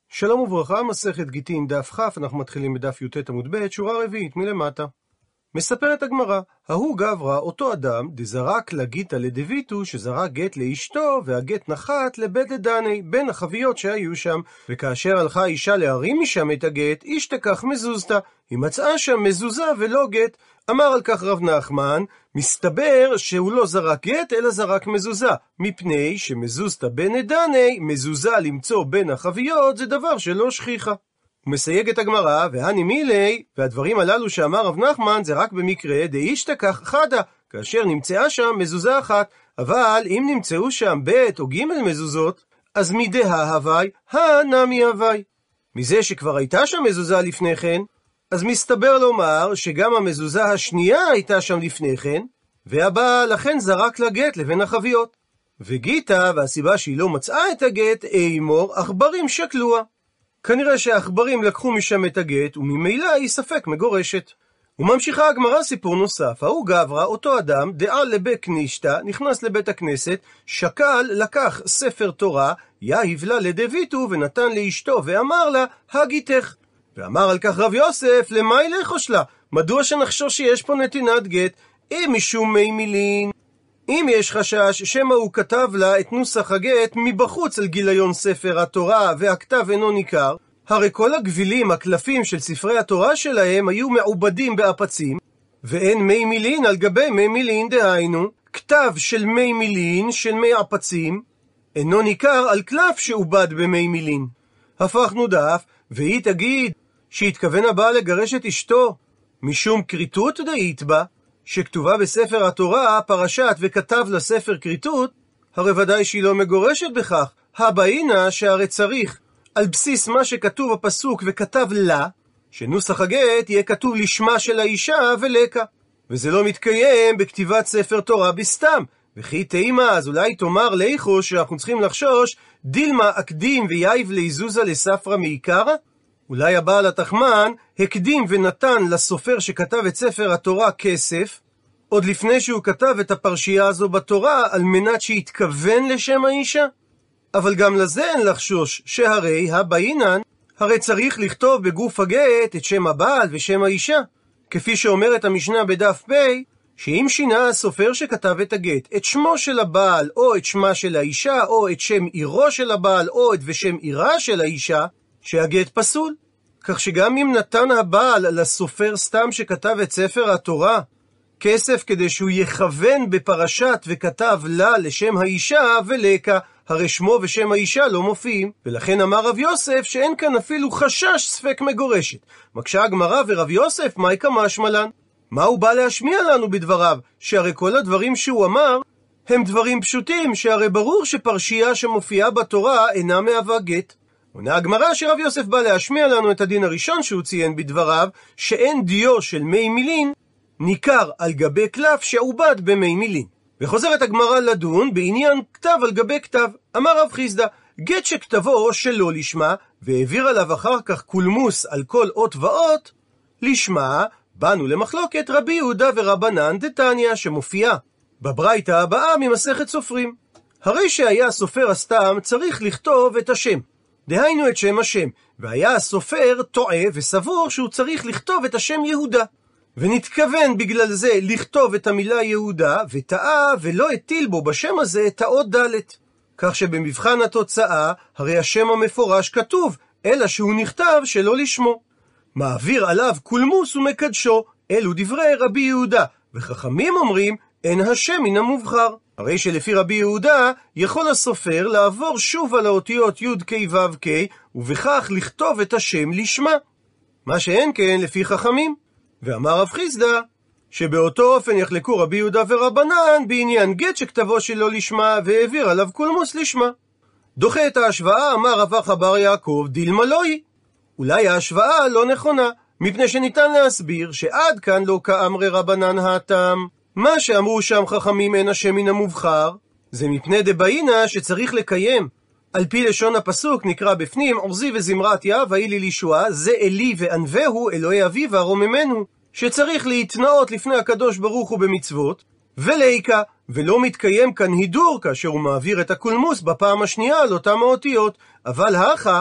שלום וברכה, מסכת גיטין דף כ', אנחנו מתחילים בדף י"ט עמוד ב', שורה רביעית מלמטה. מספרת הגמרא, ההוא גברא, אותו אדם, דזרק לגיטה לדביתו, שזרק גט לאשתו, והגט נחת לבית דני, בין החביות שהיו שם, וכאשר הלכה האישה להרים משם את הגט, איש תקח מזוזתה, היא מצאה שם מזוזה ולא גט. אמר על כך רב נחמן, מסתבר שהוא לא זרק גט, אלא זרק מזוזה, מפני שמזוזתא בן דני, מזוזה למצוא בין החביות, זה דבר שלא שכיחה. הוא מסייג את הגמרא, והני מילי, והדברים הללו שאמר רב נחמן, זה רק במקרה דאיש תקח חדה, כאשר נמצאה שם מזוזה אחת, אבל אם נמצאו שם ב' או ג' מזוזות, אז מדהה הווי, הנמי הווי. מזה שכבר הייתה שם מזוזה לפני כן, אז מסתבר לומר שגם המזוזה השנייה הייתה שם לפני כן, והבעל לכן זרק לגט לבין החביות. וגיטה, והסיבה שהיא לא מצאה את הגט, אימור, עכברים שקלוה. כנראה שהעכברים לקחו משם את הגט, וממילא היא ספק מגורשת. וממשיכה הגמרא סיפור נוסף, ההוא גברא, אותו אדם, דעה לבית כנישתא, נכנס לבית הכנסת, שקל, לקח ספר תורה, יהיב לה לדביתו, ונתן לאשתו, ואמר לה, הגיתך. ואמר על כך רב יוסף, למה ילכוש לה? מדוע שנחשוש שיש פה נתינת גט? אם משום מי מילין. אם יש חשש שמא הוא כתב לה את נוסח הגט מבחוץ על גיליון ספר התורה והכתב אינו ניכר, הרי כל הגבילים, הקלפים של ספרי התורה שלהם היו מעובדים באפצים, ואין מי מילין על גבי מי מילין, דהיינו, כתב של מי מילין של מי אפצים אינו ניכר על קלף שעובד במי מילין. הפכנו דף, והיא תגיד שהתכוון הבא לגרש את אשתו משום כריתות דאית בה, שכתובה בספר התורה פרשת וכתב לספר כריתות, הרי ודאי שהיא לא מגורשת בכך. הבאינה שהרי צריך על בסיס מה שכתוב בפסוק וכתב לה, שנוסח הגט יהיה כתוב לשמה של האישה ולקה, וזה לא מתקיים בכתיבת ספר תורה בסתם. וכי תימה, אז אולי תאמר ליחו שאנחנו צריכים לחשוש דילמה אקדים ויייב ליזוזה לספרה מעיקרה? אולי הבעל התחמן הקדים ונתן לסופר שכתב את ספר התורה כסף, עוד לפני שהוא כתב את הפרשייה הזו בתורה, על מנת שיתכוון לשם האישה? אבל גם לזה אין לחשוש, שהרי הבאינן, הרי צריך לכתוב בגוף הגט את שם הבעל ושם האישה, כפי שאומרת המשנה בדף פ', שאם שינה הסופר שכתב את הגט את שמו של הבעל או את שמה של האישה, או את שם עירו של הבעל או את ושם עירה של האישה, שהגט פסול. כך שגם אם נתן הבעל לסופר סתם שכתב את ספר התורה כסף כדי שהוא יכוון בפרשת וכתב לה לשם האישה ולקה, הרי שמו ושם האישה לא מופיעים, ולכן אמר רב יוסף שאין כאן אפילו חשש ספק מגורשת. מקשה הגמרא, ורב יוסף מאי כמשמע לן? מה הוא בא להשמיע לנו בדבריו? שהרי כל הדברים שהוא אמר הם דברים פשוטים, שהרי ברור שפרשייה שמופיעה בתורה אינה מהווה גט. עונה הגמרא שרב יוסף בא להשמיע לנו את הדין הראשון שהוא ציין בדבריו, שאין דיו של מי מילין ניכר על גבי קלף שעובד במי מילין. וחוזרת הגמרא לדון בעניין כתב על גבי כתב. אמר רב חיסדא, גט שכתבו שלא לשמה, והעביר עליו אחר כך קולמוס על כל אות ואות לשמה, באנו למחלוקת רבי יהודה ורבנן דתניא, שמופיעה בברייתא הבאה ממסכת סופרים. הרי שהיה הסופר הסתם צריך לכתוב את השם, דהיינו את שם השם, והיה הסופר טועה וסבור שהוא צריך לכתוב את השם יהודה, ונתכוון בגלל זה לכתוב את המילה יהודה, וטעה ולא הטיל בו בשם הזה את האות ד', כך שבמבחן התוצאה הרי השם המפורש כתוב, אלא שהוא נכתב שלא לשמו. מעביר עליו קולמוס ומקדשו, אלו דברי רבי יהודה, וחכמים אומרים אין השם מן המובחר. הרי שלפי רבי יהודה יכול הסופר לעבור שוב על האותיות י' כ' ו' כ' ובכך לכתוב את השם לשמה, מה שאין כן לפי חכמים. ואמר רב חיסדא שבאותו אופן יחלקו רבי יהודה ורבנן בעניין גט שכתבו שלא לשמה והעביר עליו קולמוס לשמה. דוחה את ההשוואה אמר רב אחא בר יעקב דילמה לא היא. אולי ההשוואה לא נכונה, מפני שניתן להסביר שעד כאן לא כאמרי רבנן הטעם. מה שאמרו שם חכמים אין השם מן המובחר, זה מפני דבאינה שצריך לקיים. על פי לשון הפסוק נקרא בפנים, עוזי וזמרתיה ויהי לי לישועה, זה אלי וענווהו אלוהי אביו ורוממנו, שצריך להתנאות לפני הקדוש ברוך הוא במצוות, וליקה, ולא מתקיים כאן הידור כאשר הוא מעביר את הקולמוס בפעם השנייה על אותם האותיות. אבל האחה,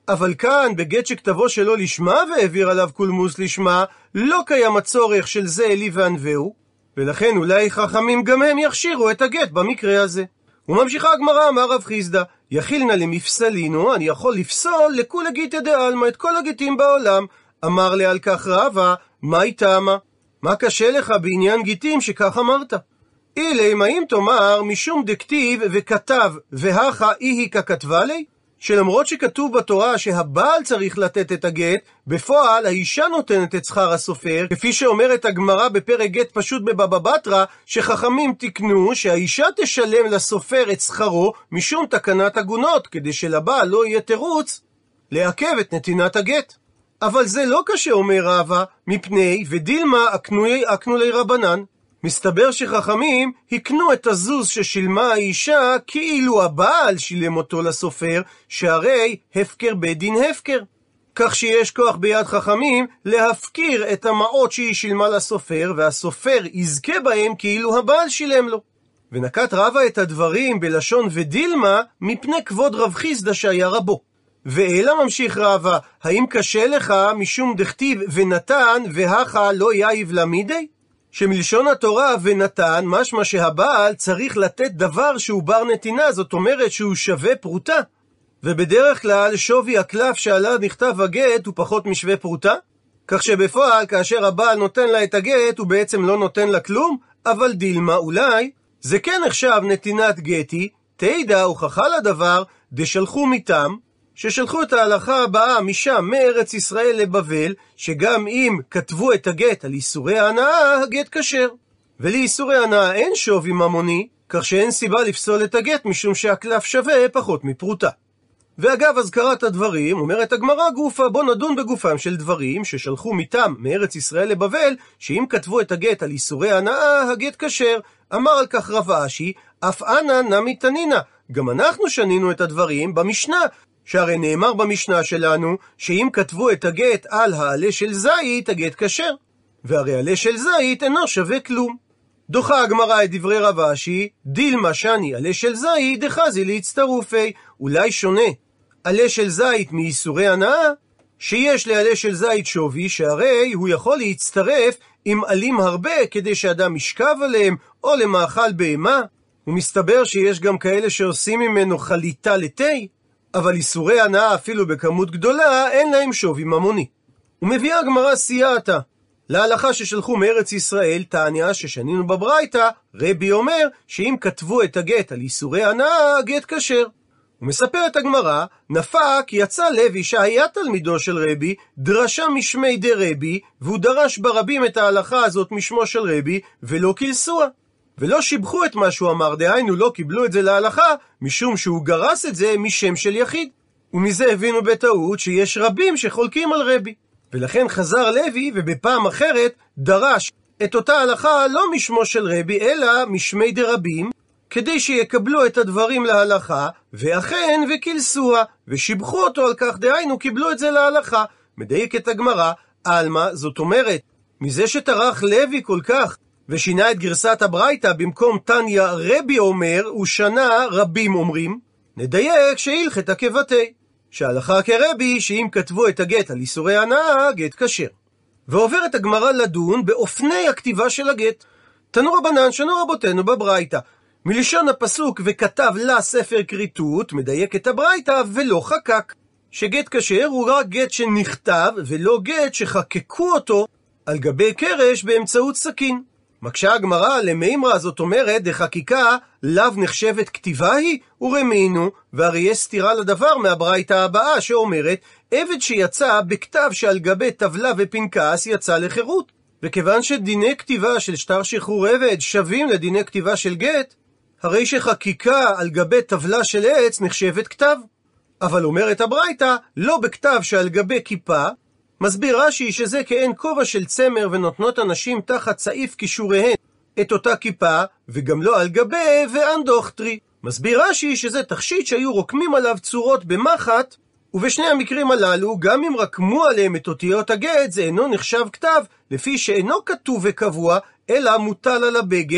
אבל כאן, בגט שכתבו שלא לשמה והעביר עליו קולמוס לשמה, לא קיים הצורך של זה אלי וענווהו, ולכן אולי חכמים גם הם יכשירו את הגט במקרה הזה. וממשיכה הגמרא, אמר רב חיסדא, יכילנא למפסלינו, אני יכול לפסול לכולי גיטא דעלמא, את כל הגטים בעולם. אמר לי על כך רבא, מה איתמה? מה קשה לך בעניין גיטים שכך אמרת? אילי, מה אם תאמר, משום דכתיב וכתב והכה איהי ככתבה לי? שלמרות שכתוב בתורה שהבעל צריך לתת את הגט, בפועל האישה נותנת את שכר הסופר, כפי שאומרת הגמרא בפרק גט פשוט בבבא בתרא, שחכמים תקנו שהאישה תשלם לסופר את שכרו משום תקנת עגונות, כדי שלבעל לא יהיה תירוץ לעכב את נתינת הגט. אבל זה לא קשה, אומר רבא, מפני ודילמה אקנו לי רבנן. מסתבר שחכמים הקנו את הזוז ששילמה האישה כאילו הבעל שילם אותו לסופר, שהרי הפקר בית דין הפקר. כך שיש כוח ביד חכמים להפקיר את המעות שהיא שילמה לסופר, והסופר יזכה בהם כאילו הבעל שילם לו. ונקט רבא את הדברים בלשון ודילמה מפני כבוד רב חיסדא שהיה רבו. ואלא ממשיך רבא, האם קשה לך משום דכתיב ונתן והכה לא יאיב למידי? שמלשון התורה ונתן, משמע שהבעל צריך לתת דבר שהוא בר נתינה, זאת אומרת שהוא שווה פרוטה. ובדרך כלל שווי הקלף שעליו נכתב הגט הוא פחות משווה פרוטה, כך שבפועל כאשר הבעל נותן לה את הגט הוא בעצם לא נותן לה כלום, אבל דילמה אולי זה כן נחשב נתינת גטי, תדע הוכחה לדבר, דשלחו מתם, ששלחו את ההלכה הבאה משם מארץ ישראל לבבל, שגם אם כתבו את הגט על איסורי ההנאה, הגט כשר. ולאיסורי ההנאה אין שווי ממוני, כך שאין סיבה לפסול את הגט משום שהקלף שווה פחות מפרוטה. ואגב הזכרת הדברים, אומרת הגמרא גופה, בוא נדון בגופם של דברים ששלחו מתם מארץ ישראל לבבל, שאם כתבו את הגט על איסורי ההנאה, הגט כשר. אמר על כך רב אשי, אף אנא נמי תנינא, גם אנחנו שנינו את הדברים במשנה, שהרי נאמר במשנה שלנו, שאם כתבו את הגט על העלה של זית, הגט כשר. והרי עלה של זית אינו שווה כלום. דוחה הגמרא את דברי רב אשי, דילמה שני עלה של זית, דחזי להצטרופי. אולי שונה עלה של זית מאיסורי הנאה, שיש לעלה של זית שווי, שהרי הוא יכול להצטרף עם עלים הרבה, כדי שאדם ישכב עליהם, או למאכל בהמה. ומסתבר שיש גם כאלה שעושים ממנו חליטה לתי, אבל איסורי הנאה אפילו בכמות גדולה אין להם שווי ממוני. ומביאה הגמרא סייעתא להלכה ששלחו מארץ ישראל, תעניה ששנינו בברייתא, רבי אומר שאם כתבו את הגט על איסורי הנאה, הגט כשר. ומספרת הגמרא, נפק יצא לוי שהיה תלמידו של רבי, דרשה משמי דרבי, והוא דרש ברבים את ההלכה הזאת משמו של רבי, ולא קילסוה. ולא שיבחו את מה שהוא אמר, דהיינו לא קיבלו את זה להלכה, משום שהוא גרס את זה משם של יחיד. ומזה הבינו בטעות שיש רבים שחולקים על רבי. ולכן חזר לוי ובפעם אחרת דרש את אותה הלכה לא משמו של רבי, אלא משמי דרבים, כדי שיקבלו את הדברים להלכה, ואכן וקילסוה, ושיבחו אותו על כך, דהיינו קיבלו את זה להלכה. מדייקת הגמרא, אלמה, זאת אומרת, מזה שטרח לוי כל כך, ושינה את גרסת הברייתא, במקום תניא רבי אומר, ושנה רבים אומרים, נדייק שהלכת כבתי, שהלכה כרבי, שאם כתבו את הגט על איסורי הנאה, גט כשר. ועוברת הגמרא לדון באופני הכתיבה של הגט. תנו רבנן, שנו רבותינו בברייתא, מלשון הפסוק וכתב לה ספר כריתות, מדייק את הברייתא ולא חקק, שגט כשר הוא רק גט שנכתב ולא גט שחקקו אותו על גבי קרש באמצעות סכין. מקשה הגמרא למימרא, זאת אומרת דחקיקה לאו נחשבת כתיבה היא, ורמינו, והרי יש סתירה לדבר מהברייתא הבאה שאומרת עבד שיצא בכתב שעל גבי טבלה ופנקס יצא לחירות. וכיוון שדיני כתיבה של שטר שחרור עבד שווים לדיני כתיבה של גט, הרי שחקיקה על גבי טבלה של עץ נחשבת כתב. אבל אומרת הברייתא, לא בכתב שעל גבי כיפה. מסביר רש"י שזה כאין כובע של צמר ונותנות אנשים תחת סעיף כישוריהן את אותה כיפה, וגם לא על גבי ואנדוכטרי. מסביר רש"י שזה תכשיט שהיו רוקמים עליו צורות במחט, ובשני המקרים הללו, גם אם רקמו עליהם את אותיות הגט, זה אינו נחשב כתב, לפי שאינו כתוב וקבוע, אלא מוטל על הבגד,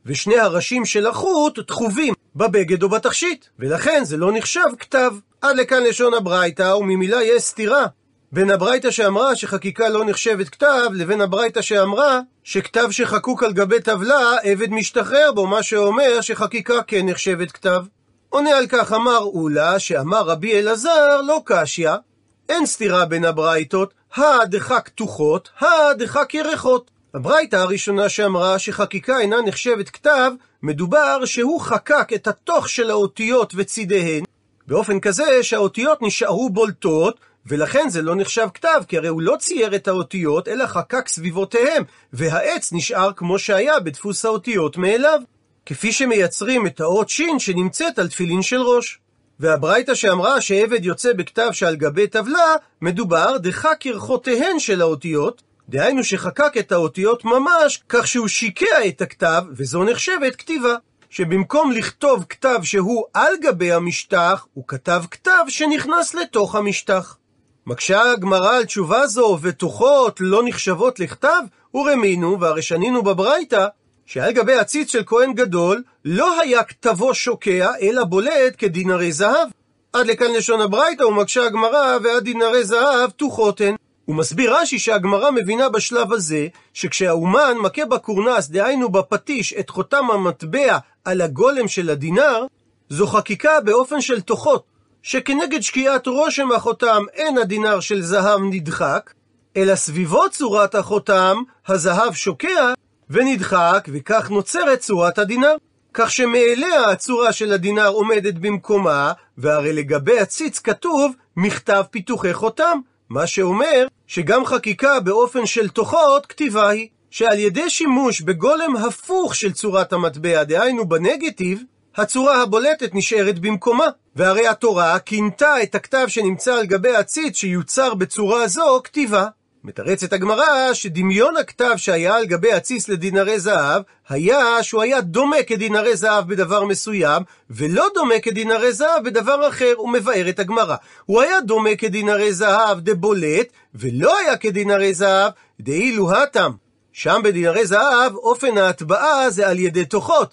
ושני הראשים של החוט תחובים בבגד או בתכשיט, ולכן זה לא נחשב כתב. עד לכאן לשון הברייתא, וממילא יש סתירה בין הברייתא שאמרה שחקיקה לא נחשבת כתב, לבין הברייתא שאמרה שכתב שחקוק על גבי טבלה עבד משתחרר בו, מה שאומר שחקיקה כן נחשבת כתב. עונה על כך אמר אולה, שאמר רבי אלעזר לא קשיא, אין סתירה בין הברייתות, הדחה כתוחות, הדחה ירחות. הברייתא הראשונה שאמרה שחקיקה אינה נחשבת כתב, מדובר שהוא חקק את התוך של האותיות וצידיהן, באופן כזה שהאותיות נשארו בולטות, ולכן זה לא נחשב כתב, כי הרי הוא לא צייר את האותיות, אלא חקק סביבותיהם, והעץ נשאר כמו שהיה בדפוס האותיות מאליו, כפי שמייצרים את האות שין שנמצאת על תפילין של ראש. והברייתא שאמרה שעבד יוצא בכתב שעל גבי טבלה, מדובר דחק ירחותיהן של האותיות, דהיינו שחקק את האותיות ממש, כך שהוא שיקע את הכתב, וזו נחשבת כתיבה. שבמקום לכתוב כתב שהוא על גבי המשטח, הוא כתב כתב שנכנס לתוך המשטח. מקשה הגמרא על תשובה זו, ותוחות לא נחשבות לכתב, ורמינו והרשנינו בברייתא, שעל גבי הציץ של כהן גדול, לא היה כתבו שוקע, אלא בולט כדינרי זהב. עד לכאן לשון הברייתא, ומקשה הגמרא, ועד דינרי זהב תוחות הן. הוא מסביר רש"י שהגמרא מבינה בשלב הזה, שכשהאומן מכה בקורנס, דהיינו בפטיש, את חותם המטבע על הגולם של הדינר, זו חקיקה באופן של תוחות, שכנגד שקיעת רושם החותם אין הדינר של זהב נדחק, אלא סביבות צורת החותם, הזהב שוקע ונדחק, וכך נוצרת צורת הדינר. כך שמאליה הצורה של הדינר עומדת במקומה, והרי לגבי הציץ כתוב מכתב פיתוחי חותם, מה שאומר שגם חקיקה באופן של תוחות כתיבה היא, שעל ידי שימוש בגולם הפוך של צורת המטבע, דהיינו בנגטיב, הצורה הבולטת נשארת במקומה, והרי התורה כינתה את הכתב שנמצא על גבי הציץ שיוצר בצורה זו כתיבה. מתרצת הגמרא שדמיון הכתב שהיה על גבי הציץ לדינרי זהב היה שהוא היה דומה כדינרי זהב בדבר מסוים, ולא דומה כדינרי זהב בדבר אחר. הוא מבאר את הגמרא, הוא היה דומה כדינרי זהב דבולט, ולא היה כדינרי זהב דאילו התם. שם בדינרי זהב אופן ההטבעה זה על ידי תוחות,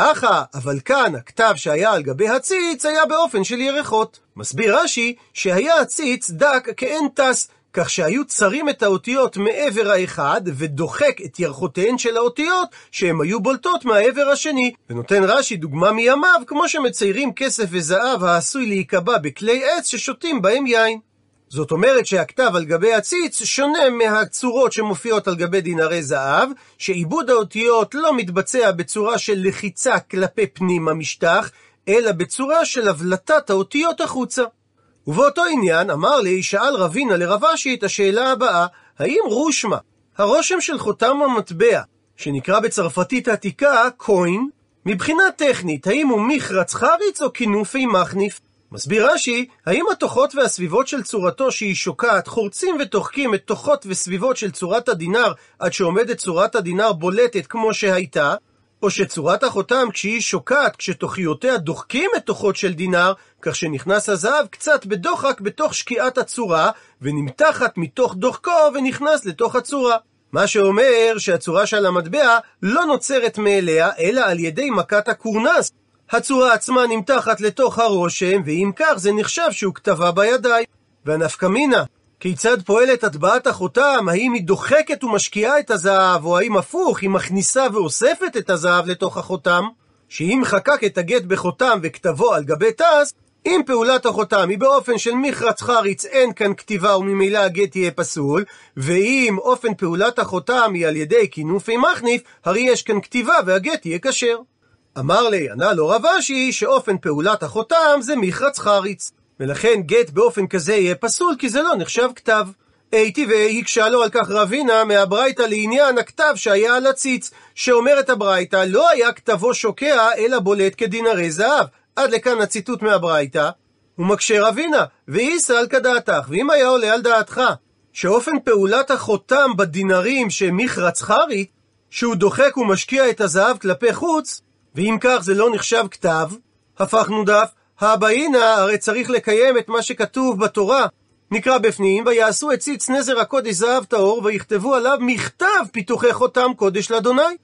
אבל כאן הכתב שהיה על גבי הציץ היה באופן של ירחות. מסביר רש"י שהיה הציץ דק כאין טס, כך שהיו צרים את האותיות מעבר האחד ודוחק את ירחותיהן של האותיות שהן היו בולטות מהעבר השני. ונותן רש"י דוגמה מימיו, כמו שמציירים כסף וזהב העשוי להיקבע בכלי עץ ששותים בהם יין. זאת אומרת שהכתב על גבי הציץ שונה מהצורות שמופיעות על גבי דינרי זהב, שעיבוד האותיות לא מתבצע בצורה של לחיצה כלפי פנים המשטח, אלא בצורה של הבלטת האותיות החוצה. ובאותו עניין אמר לי, שאל רבינה לרב אשי את השאלה הבאה, האם רושמה, הרושם של חותם המטבע, שנקרא בצרפתית עתיקה קוין, מבחינה טכנית, האם הוא מחרץ חריץ או כינופי מחניף? מסביר רש"י, האם התוחות והסביבות של צורתו שהיא שוקעת חורצים ותוחקים את תוחות וסביבות של צורת הדינר עד שעומדת צורת הדינר בולטת כמו שהייתה, או שצורת החותם כשהיא שוקעת כשתוכיותיה דוחקים את תוחות של דינר, כך שנכנס הזהב קצת בדוחק בתוך שקיעת הצורה ונמתחת מתוך דוחקו ונכנס לתוך הצורה, מה שאומר שהצורה של המטבע לא נוצרת מאליה אלא על ידי מכת הקורנס. הצורה עצמה נמתחת לתוך הרושם, ואם כך זה נחשב שהוא כתבה בידיים. והנפקא מינה, כיצד פועלת הטבעת החותם? האם היא דוחקת ומשקיעה את הזהב, או האם הפוך, היא מכניסה ואוספת את הזהב לתוך החותם? שאם חקק את הגט בחותם וכתבו על גבי טס, אם פעולת החותם היא באופן של מחרץ חריץ, אין כאן כתיבה וממילא הגט יהיה פסול, ואם אופן פעולת החותם היא על ידי כינופי מחניף, הרי יש כאן כתיבה והגט יהיה כשר. אמר לי, ענה לו רב אשי, שאופן פעולת החותם זה מחרץ חריץ, ולכן גט באופן כזה יהיה פסול, כי זה לא נחשב כתב. הייתי והקשה לו על כך רבינה מהברייתא לעניין הכתב שהיה על הציץ, שאומרת הברייתא, לא היה כתבו שוקע אלא בולט כדינרי זהב. עד לכאן הציטוט מהברייתא. הוא מקשה רבינה, ואיסא על כדעתך, ואם היה עולה על דעתך שאופן פעולת החותם בדינרים שמחרץ חריץ, שהוא דוחק ומשקיע את הזהב כלפי חוץ, ואם כך זה לא נחשב כתב, הפכנו דף, הבאינה, הרי צריך לקיים את מה שכתוב בתורה. נקרא בפנים, ויעשו את ציץ נזר הקודש זהב טהור, ויכתבו עליו מכתב פיתוחי חותם קודש לאדוני.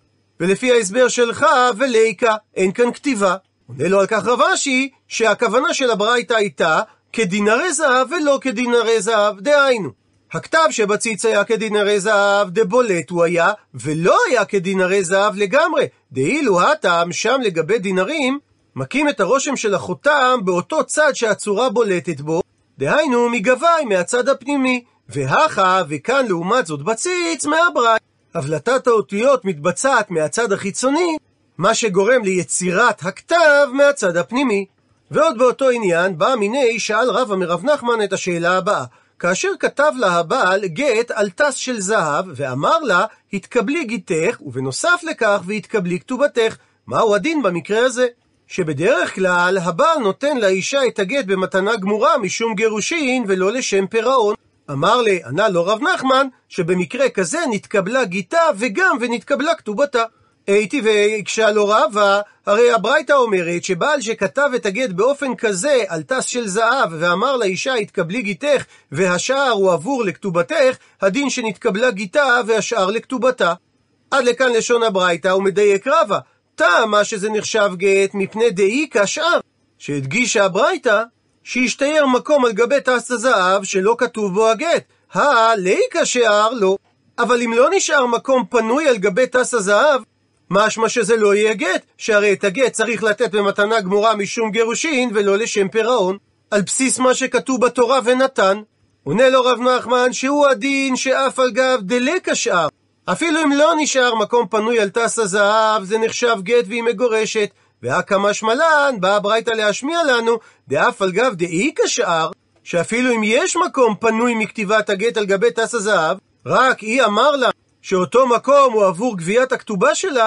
ולפי ההסבר שלך וליקה, אין כאן כתיבה. עונה לו על כך רב אשי, שהכוונה של הברייתא הייתה כדינרי זהב ולא כדינרי זהב, דהיינו. הכתב שבציץ היה כדינרי זהב, דבולט הוא היה, ולא היה כדינרי זהב לגמרי. דאילו הטעם שם לגבי דינרים, מקים את הרושם של החותם באותו צד שהצורה בולטת בו, דהיינו מגווי מהצד הפנימי, והכה וכאן לעומת זאת בציץ מהברייתא. הבלטת האותיות מתבצעת מהצד החיצוני, מה שגורם ליצירת הכתב מהצד הפנימי. ועוד באותו עניין בא מיני שאל רבא מרב נחמן את השאלה הבאה. כאשר כתב לה הבעל גט על טס של זהב, ואמר לה, התקבלי גיתך, ובנוסף לכך, והתקבלי כתובתך. מהו הדין במקרה הזה? שבדרך כלל, הבעל נותן לאישה את הגט במתנה גמורה משום גירושין, ולא לשם פירעון. ענה לו רב נחמן, שבמקרה כזה נתקבלה גיתה, וגם ונתקבלה כתובתה. הייתי והקשה לו רבא, הרי הברייתא אומרת שבעל שכתב את הגט באופן כזה על טס של זהב ואמר לאישה התקבלי גיתך והשאר הוא עבור לכתובתך, הדין שנתקבלה גיתה והשאר לכתובתה. עד לכאן לשון הברייתא ומדייק רבא, טעמה שזה נחשב גט מפני דאי כשאר, שהדגישה הברייתא שהשתייר מקום על גבי טס הזהב שלא כתוב בו הגט, לאי כשאר לא. אבל אם לא נשאר מקום פנוי על גבי טס הזהב, משמע שזה לא יהיה גט, שהרי את הגט צריך לתת במתנה גמורה משום גירושין ולא לשם פירעון, על בסיס מה שכתוב בתורה ונתן. עונה לו רב נחמן שהוא הדין שאף על גב דלה כשאר. אפילו אם לא נשאר מקום פנוי על טס הזהב, זה נחשב גט והיא מגורשת. והכמה שמלן באה הברייתא להשמיע לנו, דאף על גב דאי כשאר, שאפילו אם יש מקום פנוי מכתיבת הגט על גבי טס הזהב, רק היא אמר לה שאותו מקום הוא עבור גביית הכתובה שלה,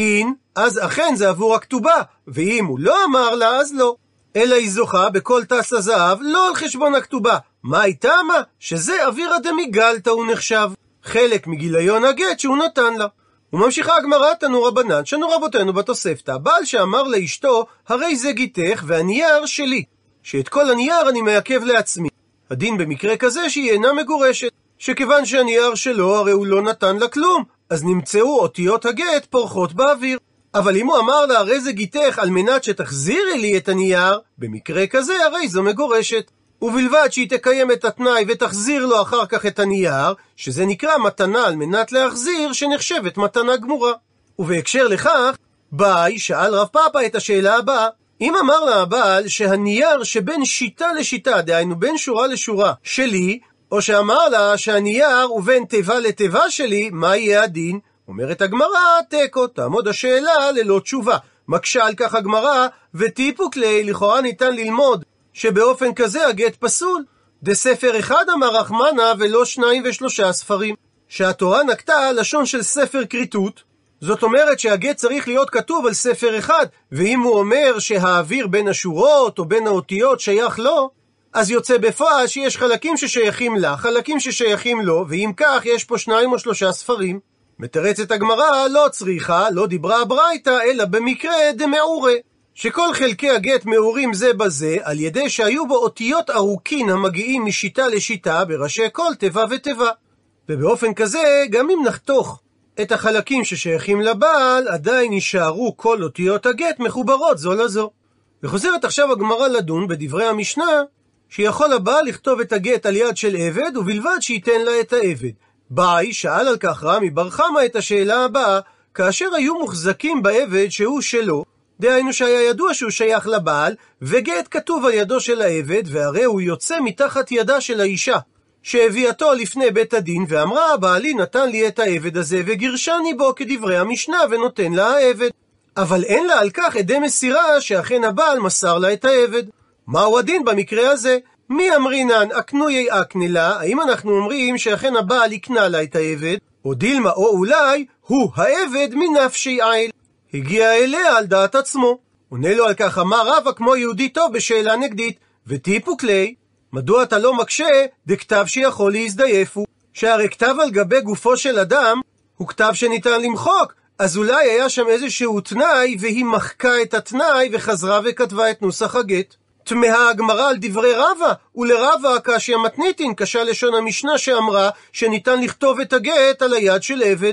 אז אכן זה עבור הכתובה, ואם הוא לא אמר לה, אז לא. אלא היא זוכה בכל טס הזהב, לא על חשבון הכתובה. מה היא טעמה? שזה אווירא דמיגלתא הוא נחשב. חלק מגיליון הגט שהוא נתן לה. וממשיכה הגמרא תנו רבנן, שנו רבותינו בתוספתא, בעל שאמר לאשתו, הרי זה גיתך והנייר שלי, שאת כל הנייר אני מעכב לעצמי. הדין במקרה כזה שהיא אינה מגורשת, שכיוון שהנייר שלו הרי הוא לא נתן לה כלום, אז נמצאו אותיות הגט פורחות באוויר. אבל אם הוא אמר לה הרי זה גיתך על מנת שתחזירי לי את הנייר, במקרה כזה הרי זו מגורשת. ובלבד שהיא תקיים את התנאי ותחזיר לו אחר כך את הנייר, שזה נקרא מתנה על מנת להחזיר, שנחשבת מתנה גמורה. ובהקשר לכך, ביי שאל רב פאפא את השאלה הבאה, אם אמר לה הבעל שהנייר שבין שיטה לשיטה, דהיינו בין שורה לשורה, שלי, או שאמר לה שהנייר הוא בין תיבה לתיבה שלי, מה יהיה הדין? אומרת הגמרא, תיקו, תעמוד השאלה ללא תשובה. מקשה על כך הגמרא, וטיפוק לי, לכאורה ניתן ללמוד שבאופן כזה הגט פסול. דספר אחד אמר רחמנה ולא 2 ו3 ספרים. שהתורה נקטה לשון של ספר כריתות, זאת אומרת שהגט צריך להיות כתוב על ספר אחד, ואם הוא אומר שהאוויר בין השורות או בין האותיות שייך לו, אז יוצא בפועל שיש חלקים ששייכים לה, חלקים ששייכים לו, ואם כך יש פה 2 או 3 ספרים. מתרצת הגמרא, לא צריכה, לא דיברה הברייתא, אלא במקרה דמעורה, שכל חלקי הגט מעורים זה בזה, על ידי שהיו בו אותיות ארוכין המגיעים משיטה לשיטה בראשי כל תיבה ותיבה. ובאופן כזה, גם אם נחתוך את החלקים ששייכים לבעל, עדיין יישארו כל אותיות הגט מחוברות זו לזו. וחוזרת עכשיו הגמרא לדון בדברי המשנה, שיכול הבעל לכתוב את הגט על יד של עבד, ובלבד שייתן לה את העבד. ביי שאל על כך רמי בר חמא את השאלה הבאה, כאשר היו מוחזקים בעבד שהוא שלו, דהיינו שהיה ידוע שהוא שייך לבעל, וגט כתוב על ידו של העבד, והרי הוא יוצא מתחת ידה של האישה, שהביאתו לפני בית הדין, ואמרה, בעלי נתן לי את העבד הזה, וגירשני בו כדברי המשנה, ונותן לה העבד. אבל אין לה על כך עדי מסירה, שאכן הבעל מסר לה את העבד. מהו הדין במקרה הזה? מי אמרינן אקנויי אקנלה? האם אנחנו אומרים שאכן הבעל יקנה לה את העבד, או דילמה או אולי הוא העבד מנפשי עיל, הגיע אליה על דעת עצמו. עונה לו על כך אמר רבא כמו יהודי טוב בשאלה נגדית, וטיפוק לי, מדוע אתה לא מקשה דכתב שיכול להזדייפו, שהרי כתב על גבי גופו של אדם הוא כתב שניתן למחוק, אז אולי היה שם איזשהו תנאי והיא מחקה את התנאי וחזרה וכתבה את נוסח הגט. תמהה הגמרא על דברי רבא, ולרבא קשיא מתניתין, קשה לשון המשנה שאמרה שניתן לכתוב את הגט על היד של עבד.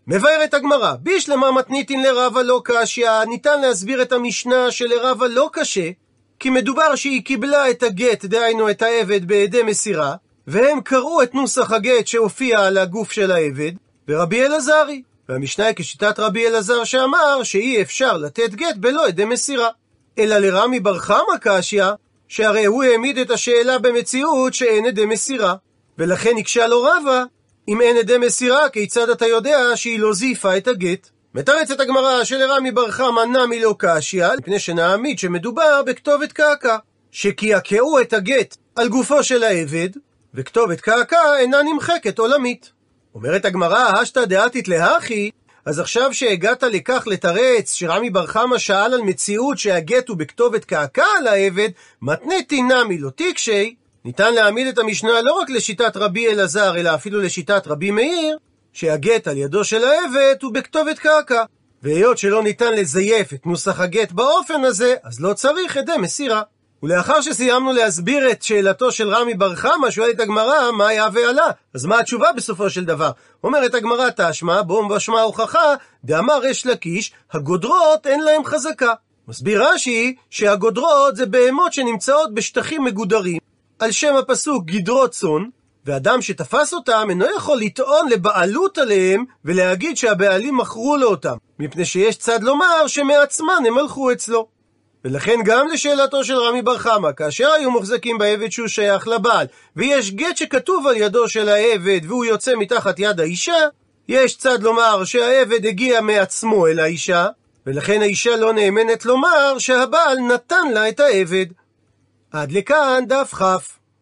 מבארת הגמרא, בישלמה מתניתין לרבא לא קשיא, ניתן להסביר את המשנה שלרבא לא קשה, כי מדובר שהיא קיבלה את הגט, דהיינו את העבד בידי מסירה, והם קראו את נוסח הגט שהופיע על הגוף של העבד, ורבי אלעזרי. והמשנה היא כשיטת רבי אלעזר שאמר שאי אפשר לתת גט בלא ידי מסירה. אלא לרמי בר חמא קשיא, שהרי הוא העמיד את השאלה במציאות שאין ידי מסירה. ולכן הקשה לו רבא, אם אין ידי מסירה, כיצד אתה יודע שהיא לא זייפה את הגט? מתרצת הגמרא שלרמי בר חמא נמי לא קשיא, לפני שנעמיד שמדובר בכתובת קעקע, שכי יקעו את הגט על גופו של העבד, וכתובת קעקע אינה נמחקת עולמית. אומרת הגמרא, השתא דעתית להכי, אז עכשיו שהגעת לכך לתרץ שרמי בר חמא שאל על מציאות שהגט הוא בכתובת קעקע על העבד, מתניתי נמי לא תקשי, ניתן להעמיד את המשנה לא רק לשיטת רבי אלעזר, אלא אפילו לשיטת רבי מאיר, שהגט על ידו של העבד הוא בכתובת קעקע. והיות שלא ניתן לזייף את נוסח הגט באופן הזה, אז לא צריך ידי מסירה. ולאחר שסיימנו להסביר את שאלתו של רמי בר חמא, שואלת הגמרא, מה היה ועלה? אז מה התשובה בסופו של דבר? אומרת הגמרא, תשמע, בום ושמע הוכחה, דאמר ריש לקיש, הגודרות אין להם חזקה. מסביר רש"י שהגודרות זה בהמות שנמצאות בשטחים מגודרים, על שם הפסוק גדרות צאן, ואדם שתפס אותם אינו יכול לטעון לבעלות עליהם ולהגיד שהבעלים מכרו לו אותם, מפני שיש צד לומר שמעצמן הם הלכו אצלו. ולכן גם לשאלתו של רמי בר חמא, כאשר היו מוחזקים בעבד שהוא שייך לבעל, ויש גט שכתוב על ידו של העבד והוא יוצא מתחת יד האישה, יש צד לומר שהעבד הגיע מעצמו אל האישה, ולכן האישה לא נאמנת לומר שהבעל נתן לה את העבד. עד לכאן דף כ'.